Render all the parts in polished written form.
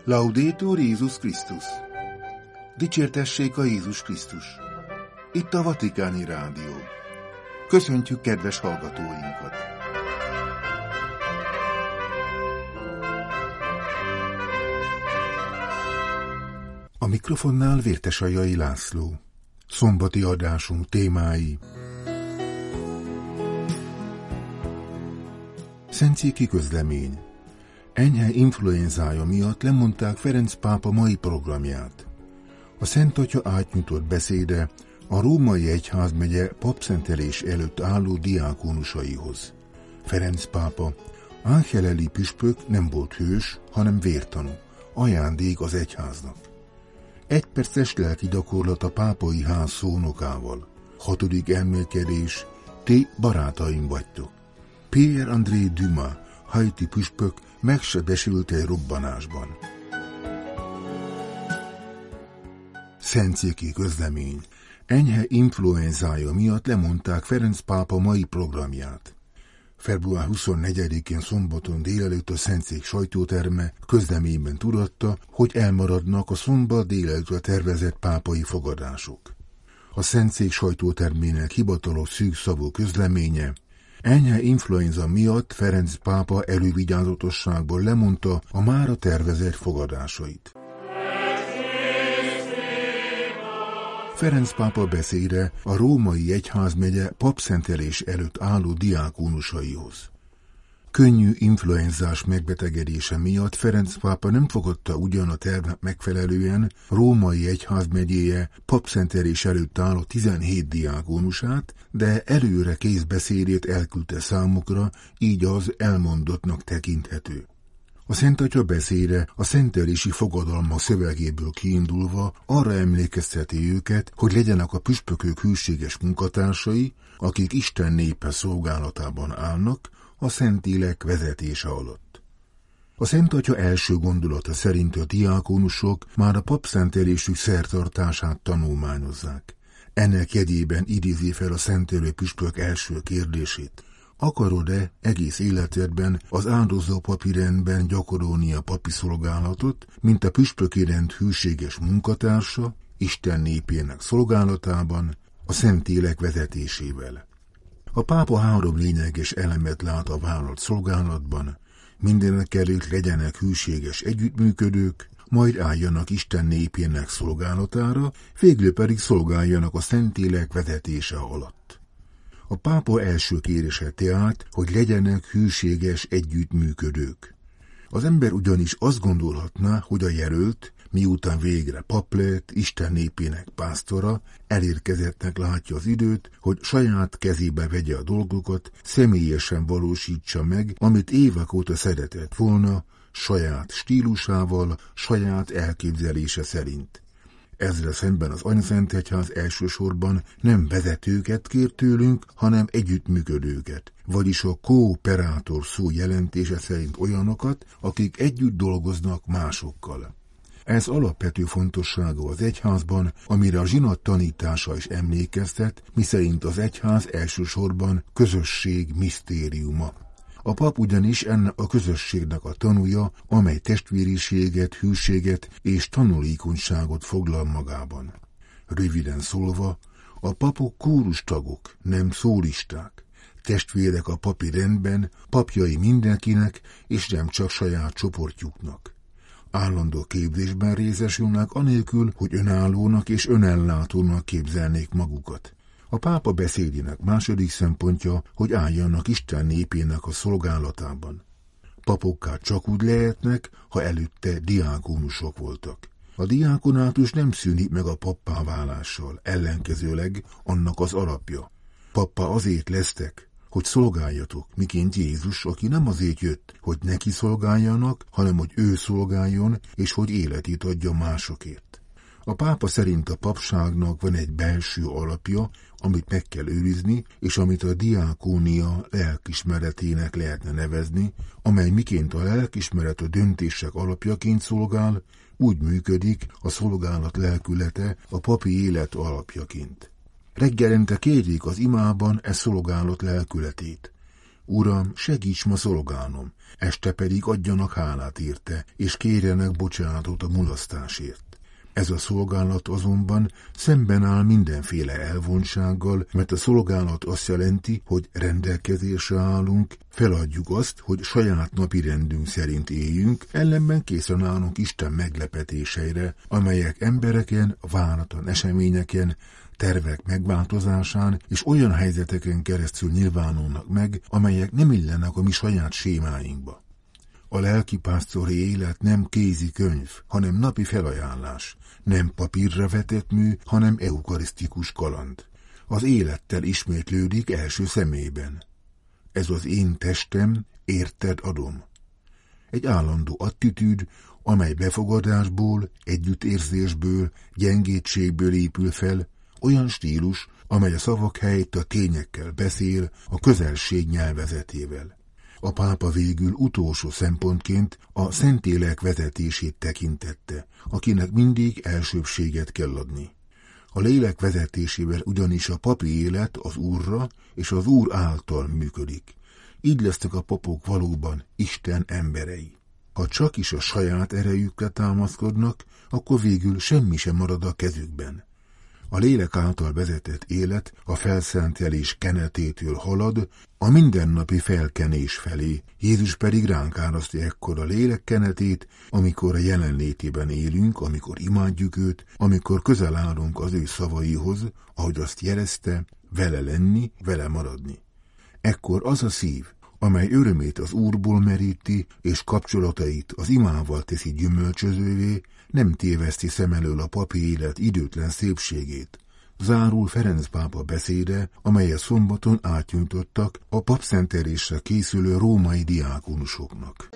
Laudetur Jézus Krisztus! Dicsértessék a Jézus Krisztus! Itt a Vatikáni Rádió. Köszöntjük kedves hallgatóinkat! A mikrofonnál Vértesajai László. Szombati adásunk témái: Szentszéki közlemény. Enyhe influenzája miatt lemondták Ferenc pápa mai programját. A Szent Atya átnyújtott beszéde a római egyházmegye papszentelés előtt álló diákónusaihoz. Ferenc pápa, Angeleli püspök nem volt hős, hanem vértanú, ajándék az egyháznak. Egyperces lelki gyakorlat a pápai ház szónokával. 6. emelkedés, ti barátaim vagytok. Pierre-André Dumas, haiti püspök megsebesült egy robbanásban. Szentszéki közlemény. Enyhe influenzája miatt lemondták Ferenc pápa mai programját. Február 24-én szombaton délelőtt a Szentszék sajtóterme közleményben tudatta, hogy elmaradnak a szombat délelőttre tervezett pápai fogadások. A Szentszék sajtótermének hivatalos szűkszavú közleménye: enyhe influenza miatt Ferenc pápa elővigyázatosságból lemondta a mára tervezett fogadásait. Ferenc pápa beszéde a római egyházmegye papszentelés előtt álló diákónusaihoz. Könnyű influenzás megbetegedése miatt Ferenc pápa nem fogadta ugyan a tervnek megfelelően római egyházmegyéje papszentelés előtt álló 17 diákónusát, de előre kész beszédét elküldte számukra, így az elmondottnak tekinthető. A Szent Atya beszéde a szentelési fogadalmak szövegéből kiindulva arra emlékezteti őket, hogy legyenek a püspökök hűséges munkatársai, akik Isten népe szolgálatában állnak, a Szentlélek vezetése alatt. A Szent Atya első gondolata szerint a diákónusok már a papszentelésük szertartását tanulmányozzák. Ennek jegyében idézi fel a szentelő püspök első kérdését: akarod-e egész életedben az áldozó papi rendben gyakorolni a papi szolgálatot, mint a püspöki rend hűséges munkatársa, Isten népének szolgálatában, a Szentlélek vezetésével? A pápa 3 lényeges elemet lát a vállalt szolgálatban: mindenekelőtt legyenek hűséges együttműködők, majd álljanak Isten népének szolgálatára, végül pedig szolgáljanak a Szentlélek vezetése alatt. A pápa első kérése tehát, hogy legyenek hűséges együttműködők. Az ember ugyanis azt gondolhatná, hogy a jelölt, miután végre pap lett, Isten népének pásztora, elérkezettnek látja az időt, hogy saját kezébe vegye a dolgokat, személyesen valósítsa meg, amit évek óta szeretett volna, saját stílusával, saját elképzelése szerint. Ezzel szemben az Anyaszentegyház elsősorban nem vezetőket kér tőlünk, hanem együttműködőket, vagyis a kooperátor szó jelentése szerint olyanokat, akik együtt dolgoznak másokkal. Ez alapvető fontosságú az egyházban, amire a zsinat tanítása is emlékeztet, miszerint az egyház elsősorban közösség misztériuma. A pap ugyanis ennek a közösségnek a tanúja, amely testvériséget, hűséget és tanulékonyságot foglal magában. Röviden szólva, a papok kórustagok, nem szólisták, testvérek a papi rendben, papjai mindenkinek, és nem csak saját csoportjuknak. Állandó képzésben részesülnek anélkül, hogy önállónak és önellátónak képzelnék magukat. A pápa beszédének második szempontja, hogy álljanak Isten népének a szolgálatában. Papokká csak úgy lehetnek, ha előtte diákónusok voltak. A diákonátus nem szűnik meg a pappá válással, ellenkezőleg annak az alapja. Pappá azért lesztek, hogy szolgáljatok, miként Jézus, aki nem azért jött, hogy neki szolgáljanak, hanem hogy ő szolgáljon, és hogy életét adja másokért. A pápa szerint a papságnak van egy belső alapja, amit meg kell őrizni, és amit a diákónia lelkismeretének lehetne nevezni, amely miként a lelkismeret a döntések alapjaként szolgál, úgy működik a szolgálat lelkülete a papi élet alapjaként. Reggelente kérjék az imában szolgálat lelkületét. Uram, segíts ma szolgálnom, este pedig adjanak hálát érte, és kérjenek bocsánatot a mulasztásért. Ez a szolgálat azonban szemben áll mindenféle elvontsággal, mert a szolgálat azt jelenti, hogy rendelkezésre állunk, feladjuk azt, hogy saját napi rendünk szerint éljünk, ellenben készen állunk Isten meglepetéseire, amelyek embereken, váratlan eseményeken, tervek megváltozásán és olyan helyzeteken keresztül nyilvánulnak meg, amelyek nem illenek a mi saját sémáinkba. A lelkipásztori élet nem kézikönyv, hanem napi felajánlás, nem papírra vetett mű, hanem eukarisztikus kaland. Az élettel ismétlődik első személyben. Ez az én testem, érted adom. Egy állandó attitűd, amely befogadásból, együttérzésből, gyengétségből épül fel, olyan stílus, amely a szavak helyett a tényekkel beszél, a közelség nyelvezetével. A pápa végül utolsó szempontként a Szentlélek vezetését tekintette, akinek mindig elsőbbséget kell adni. A lélek vezetésével ugyanis a papi élet az Úrra és az Úr által működik. Így lesznek a papok valóban Isten emberei. Ha csak is a saját erejükre támaszkodnak, akkor végül semmi sem marad a kezükben. A lélek által vezetett élet a felszentelés kenetétől halad a mindennapi felkenés felé, Jézus pedig ránk árasztja ekkor a lélek kenetét, amikor a jelenlétében élünk, amikor imádjuk őt, amikor közel állunk az ő szavaihoz, ahogy azt jelezte, vele lenni, vele maradni. Ekkor az a szív, amely örömét az Úrból meríti, és kapcsolatait az imával teszi gyümölcsözővé, nem téveszti szem elől a papi élet időtlen szépségét. Zárul Ferenc pápa beszéde, amelyet szombaton átnyújtottak a papszentelésre készülő római diákonusoknak.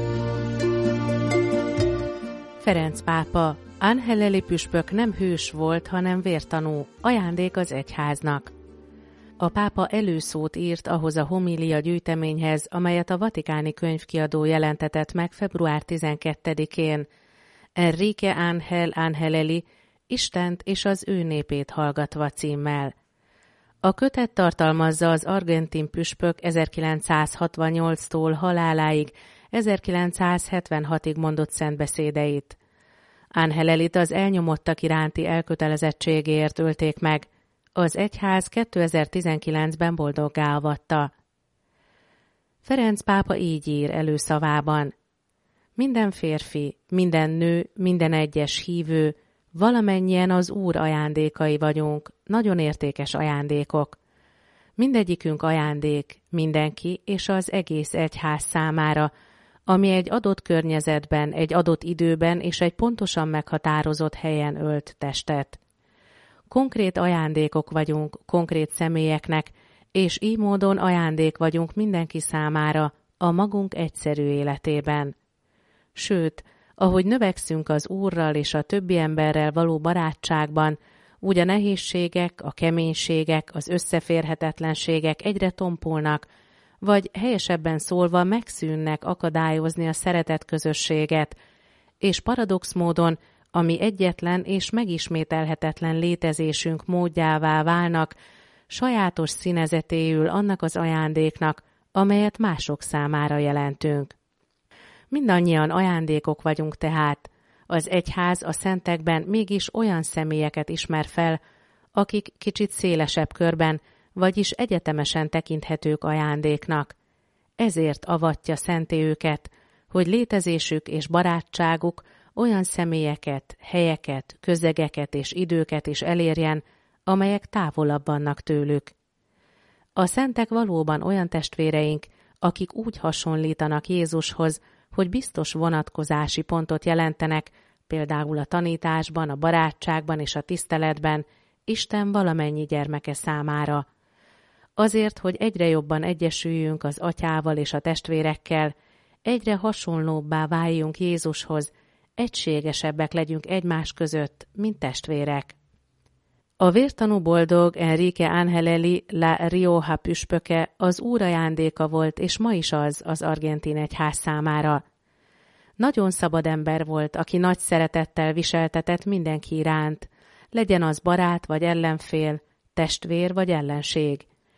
Ferenc pápa, Anheleli püspök nem hős volt, hanem vértanú, ajándék az egyháznak. A pápa előszót írt ahhoz a homília gyűjteményhez, amelyet a Vatikáni Könyvkiadó jelentetett meg február 12-én. Enrique Ángel Anheleli, Istent és az ő népét hallgatva címmel. A kötet tartalmazza az argentin püspök 1968-tól haláláig, 1976-ig mondott szentbeszédeit. Angelelit az elnyomottak iránti elkötelezettségéért ölték meg. Az egyház 2019-ben boldoggá avatta. Ferenc pápa így ír előszavában: minden férfi, minden nő, minden egyes hívő, valamennyien az Úr ajándékai vagyunk, nagyon értékes ajándékok. Mindegyikünk ajándék, mindenki és az egész egyház számára, ami egy adott környezetben, egy adott időben és egy pontosan meghatározott helyen ölt testet. Konkrét ajándékok vagyunk konkrét személyeknek, és így módon ajándék vagyunk mindenki számára a magunk egyszerű életében. Sőt, ahogy növekszünk az Úrral és a többi emberrel való barátságban, úgy a nehézségek, a keménységek, az összeférhetetlenségek egyre tompulnak, vagy helyesebben szólva megszűnnek akadályozni a szeretet közösséget, és paradox módon, ami egyetlen és megismételhetetlen létezésünk módjává válnak, sajátos színezetéül annak az ajándéknak, amelyet mások számára jelentünk. Mindannyian ajándékok vagyunk tehát, az egyház a szentekben mégis olyan személyeket ismer fel, akik kicsit szélesebb körben, vagyis egyetemesen tekinthetők ajándéknak. Ezért avatja szenté őket, hogy létezésük és barátságuk olyan személyeket, helyeket, közegeket és időket is elérjen, amelyek távolabb vannak tőlük. A szentek valóban olyan testvéreink, akik úgy hasonlítanak Jézushoz, hogy biztos vonatkozási pontot jelentenek, például a tanításban, a barátságban és a tiszteletben, Isten valamennyi gyermeke számára. Azért, hogy egyre jobban egyesüljünk az atyával és a testvérekkel, egyre hasonlóbbá váljunk Jézushoz, egységesebbek legyünk egymás között, mint testvérek. A vértanú boldog Enrique Angelelli La Rioja püspöke az Úr ajándéka volt, és ma is az argentin egyház számára. Nagyon szabad ember volt, aki nagy szeretettel viseltetett mindenki iránt, legyen az barát vagy ellenfél, testvér vagy ellenség.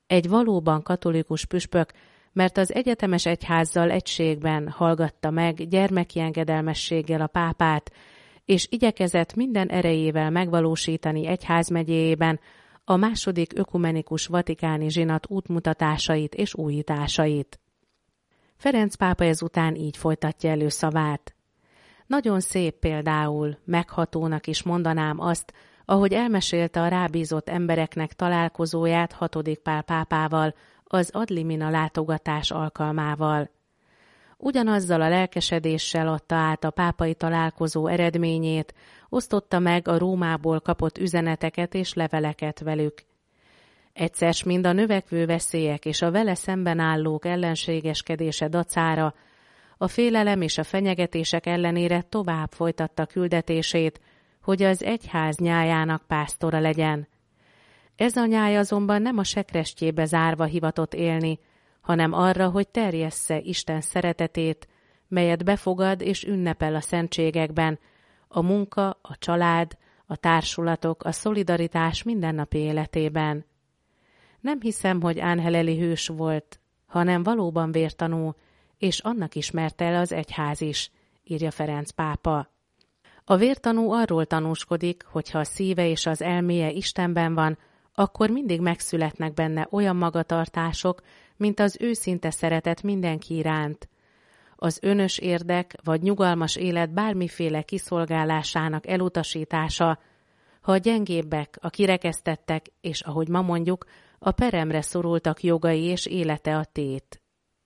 Egy valóban katolikus püspök, mert az egyetemes egyházzal egységben hallgatta meg gyermeki engedelmességgel a pápát, és igyekezett minden erejével megvalósítani egyházmegyéjében a második ökumenikus vatikáni zsinat útmutatásait és újításait. Ferenc pápa ezután így folytatja elő szavát. Nagyon szép például, meghatónak is mondanám azt, ahogy elmesélte a rábízott embereknek találkozóját 6. Pál pápával, az Ad Limina látogatás alkalmával. Ugyanazzal a lelkesedéssel adta át a pápai találkozó eredményét, osztotta meg a Rómából kapott üzeneteket és leveleket velük. Egyszer mind a növekvő veszélyek és a vele szemben állók ellenségeskedése dacára, a félelem és a fenyegetések ellenére tovább folytatta küldetését, hogy az egyház nyájának pásztora legyen. Ez a nyáj azonban nem a sekrestjébe zárva hivatott élni, hanem arra, hogy terjessze Isten szeretetét, melyet befogad és ünnepel a szentségekben, a munka, a család, a társulatok, a szolidaritás mindennapi életében. Nem hiszem, hogy Angelelli hős volt, hanem valóban vértanú, és annak ismerte el az egyház is, írja Ferenc pápa. A vértanú arról tanúskodik, hogy ha a szíve és az elméje Istenben van, akkor mindig megszületnek benne olyan magatartások, mint az őszinte szeretet mindenki iránt. Az önös érdek vagy nyugalmas élet bármiféle kiszolgálásának elutasítása, ha a gyengébbek, a kirekesztettek és, ahogy ma mondjuk, a peremre szorultak jogai és élete a tét.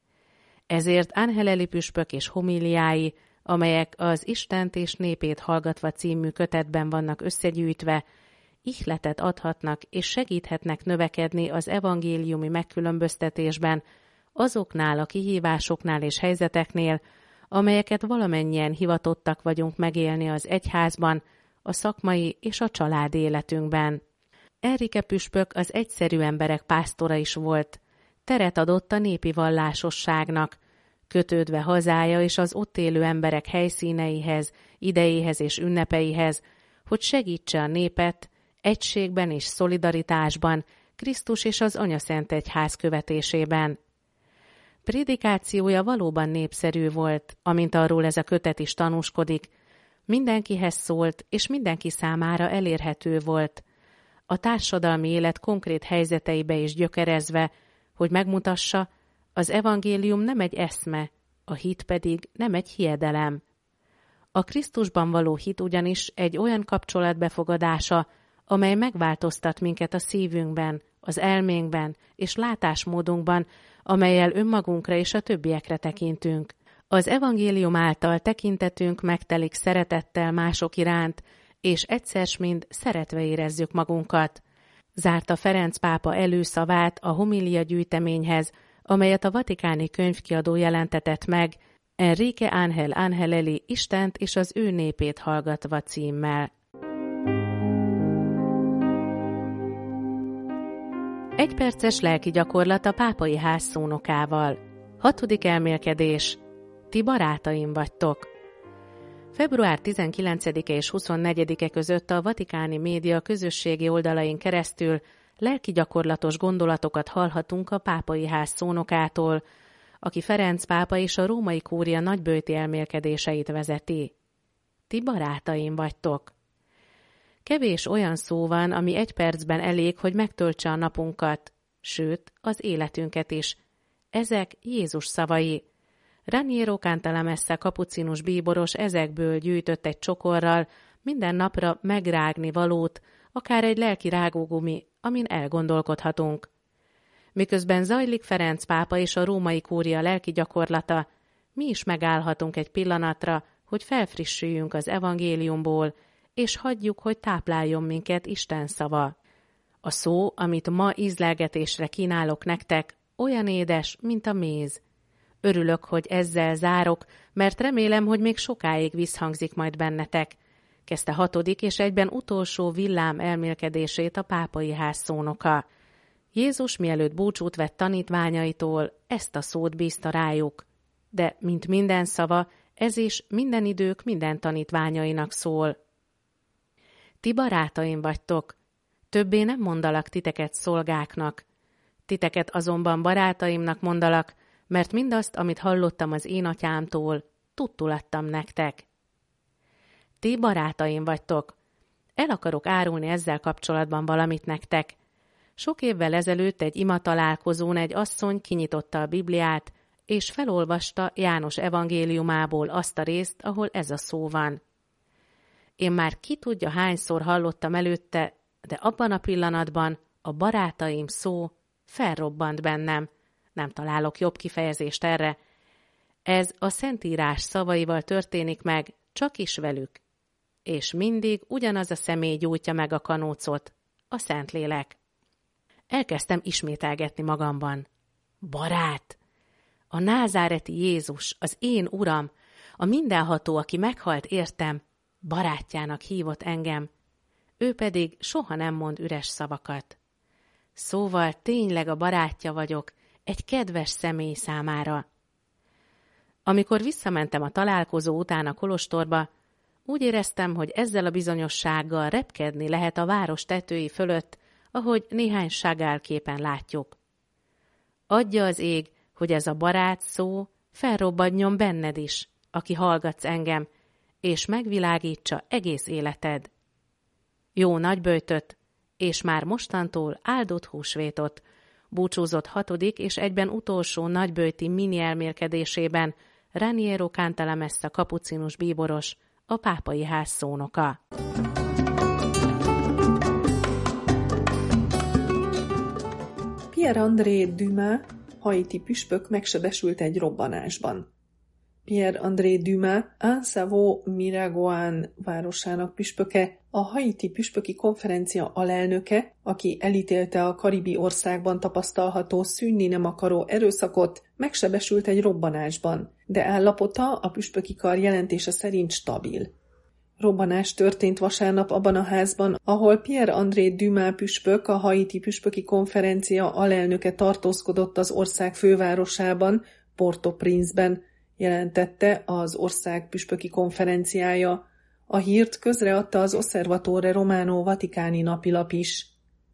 Ezért Angelelli püspök és homíliái, amelyek az Istent és népét hallgatva című kötetben vannak összegyűjtve, ihletet adhatnak és segíthetnek növekedni az evangéliumi megkülönböztetésben azoknál a kihívásoknál és helyzeteknél, amelyeket valamennyien hivatottak vagyunk megélni az egyházban, a szakmai és a család életünkben. Enrique püspök az egyszerű emberek pásztora is volt, teret adott a népi vallásosságnak, kötődve hazája és az ott élő emberek helyszíneihez, idejéhez és ünnepeihez, hogy segítse a népet egységben és szolidaritásban, Krisztus és az Anyaszent Egyház követésében. Prédikációja valóban népszerű volt, amint arról ez a kötet is tanúskodik, mindenkihez szólt és mindenki számára elérhető volt, a társadalmi élet konkrét helyzeteibe is gyökerezve, hogy megmutassa, az evangélium nem egy eszme, a hit pedig nem egy hiedelem. A Krisztusban való hit ugyanis egy olyan kapcsolat befogadása, amely megváltoztat minket a szívünkben, az elménkben és látásmódunkban, amellyel önmagunkra és a többiekre tekintünk. Az evangélium által tekintetünk megtelik szeretettel mások iránt, és egyszer-mind szeretve érezzük magunkat. Zárta Ferenc pápa előszavát a homilia gyűjteményhez, amelyet a vatikáni könyvkiadó jelentetett meg, Enrique Ángel Angelelli Istent és az ő népét hallgatva címmel. Egyperces lelki gyakorlat a pápai ház szónokával. 6. elmélkedés. Ti barátaim vagytok. Február 19-e és 24-e között a vatikáni média közösségi oldalain keresztül lelki gyakorlatos gondolatokat hallhatunk a pápai ház szónokától, aki Ferenc pápa és a római kúria nagyböjti elmélkedéseit vezeti. Ti barátaim vagytok. Kevés olyan szó van, ami 1 percben elég, hogy megtöltse a napunkat, sőt, az életünket is. Ezek Jézus szavai. Raniero Cantalamessa kapucinus bíboros ezekből gyűjtött egy csokorral minden napra megrágni valót, akár egy lelki rágógumi, amin elgondolkodhatunk. Miközben zajlik Ferenc pápa és a római kúria lelki gyakorlata, mi is megállhatunk egy pillanatra, hogy felfrissüljünk az evangéliumból, és hagyjuk, hogy tápláljon minket Isten szava. A szó, amit ma ízlelgetésre kínálok nektek, olyan édes, mint a méz. Örülök, hogy ezzel zárok, mert remélem, hogy még sokáig visszhangzik majd bennetek, kezdte 6. és egyben utolsó villám elmélkedését a pápai ház szónoka. Jézus mielőtt búcsút vett tanítványaitól, ezt a szót bízta rájuk. De, mint minden szava, ez is minden idők minden tanítványainak szól. Ti barátaim vagytok, többé nem mondalak titeket szolgáknak. Titeket azonban barátaimnak mondalak, mert mindazt, amit hallottam az én atyámtól, tudtul adtam nektek. Ti barátaim vagytok. El akarok árulni ezzel kapcsolatban valamit nektek. Sok évvel ezelőtt egy imatalálkozón egy asszony kinyitotta a Bibliát, és felolvasta János evangéliumából azt a részt, ahol ez a szó van. Én már ki tudja hányszor hallottam előtte, de abban a pillanatban a barátaim szó felrobbant bennem. Nem találok jobb kifejezést erre. Ez a Szentírás szavaival történik meg, csak is velük. És mindig ugyanaz a személy gyújtja meg a kanócot, a Szentlélek. Elkezdtem ismételgetni magamban. Barát! A názáreti Jézus, az én Uram, a mindenható, aki meghalt értem, barátjának hívott engem. Ő pedig soha nem mond üres szavakat. Szóval tényleg a barátja vagyok, egy kedves személy számára. Amikor visszamentem a találkozó után a kolostorba, úgy éreztem, hogy ezzel a bizonyossággal repkedni lehet a város tetői fölött, ahogy néhány Chagall képen látjuk. Adja az ég, hogy ez a barát szó felrobbadjon benned is, aki hallgatsz engem, és megvilágítsa egész életed. Jó nagyböjtöt, és már mostantól áldott húsvétot, búcsúzott 6. és egyben utolsó nagyböjti mini elmélkedésében Raniero Cantalamessa kapucinus bíboros, a pápai ház szónoka. Pierre-André Dumas, haiti püspök megsebesült egy robbanásban. Pierre-André Dumas, Ansavo-Miragoán városának püspöke, a haiti püspöki konferencia alelnöke, aki elítélte a karibi országban tapasztalható szűnni nem akaró erőszakot, megsebesült egy robbanásban, de állapota a püspöki kar jelentése szerint stabil. Robbanás történt vasárnap abban a házban, ahol Pierre-André Dumas püspök, a haiti püspöki konferencia alelnöke tartózkodott az ország fővárosában, Port-au-Prince-ben, jelentette az ország püspöki konferenciája. A hírt közreadta az Osservatore Romano vatikáni napilap is.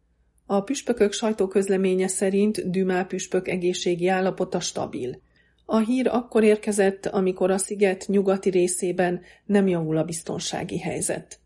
A püspökök sajtóközleménye szerint Dumas püspök egészségi állapota stabil. A hír akkor érkezett, amikor a sziget nyugati részében nem javul a biztonsági helyzet.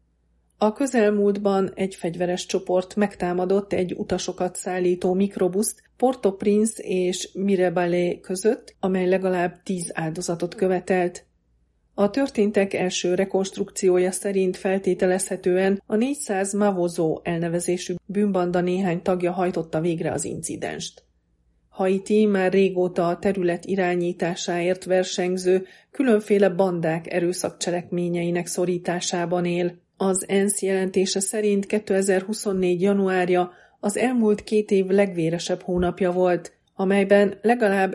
A közelmúltban egy fegyveres csoport megtámadott egy utasokat szállító mikrobuszt Port-au-Prince és Mirebalais között, amely legalább 10 áldozatot követelt. A történtek első rekonstrukciója szerint feltételezhetően a 400 Mavozo elnevezésű bűnbanda néhány tagja hajtotta végre az incidenst. Haiti már régóta a terület irányításáért versengző különféle bandák erőszakcselekményeinek szorításában él. Az ENSZ jelentése szerint 2024. januárja az elmúlt 2 év legvéresebb hónapja volt, amelyben legalább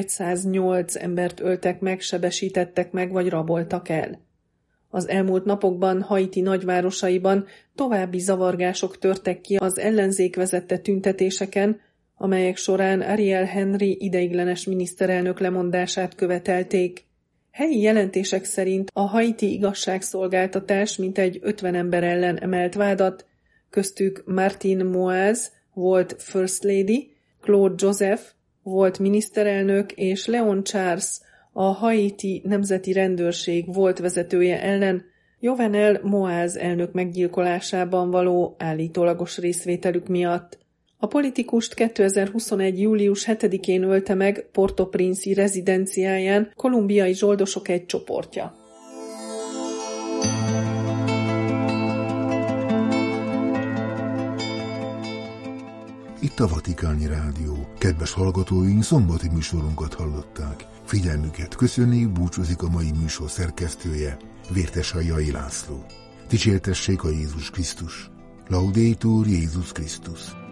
1108 embert öltek meg, sebesítettek meg vagy raboltak el. Az elmúlt napokban Haiti nagyvárosaiban további zavargások törtek ki az ellenzék vezette tüntetéseken, amelyek során Ariel Henry ideiglenes miniszterelnök lemondását követelték. Helyi jelentések szerint a haiti igazságszolgáltatás mintegy 50 ember ellen emelt vádat, köztük Martine Moise volt First Lady, Claude Joseph volt miniszterelnök és Leon Charles, a Haiti Nemzeti Rendőrség volt vezetője ellen Jovenel Moise elnök meggyilkolásában való állítólagos részvételük miatt. A politikust 2021. július 7-én ölte meg Port-au-Prince-i rezidenciáján kolumbiai zsoldosok egy csoportja. Itt a Vatikáni Rádió. Kedves hallgatóink, szombati műsorunkat hallották. Figyelmüket köszönjük, búcsúzik a mai műsor szerkesztője, Vértesai László. Dicsértessék a Jézus Krisztus. Laudetur Jézus Krisztus.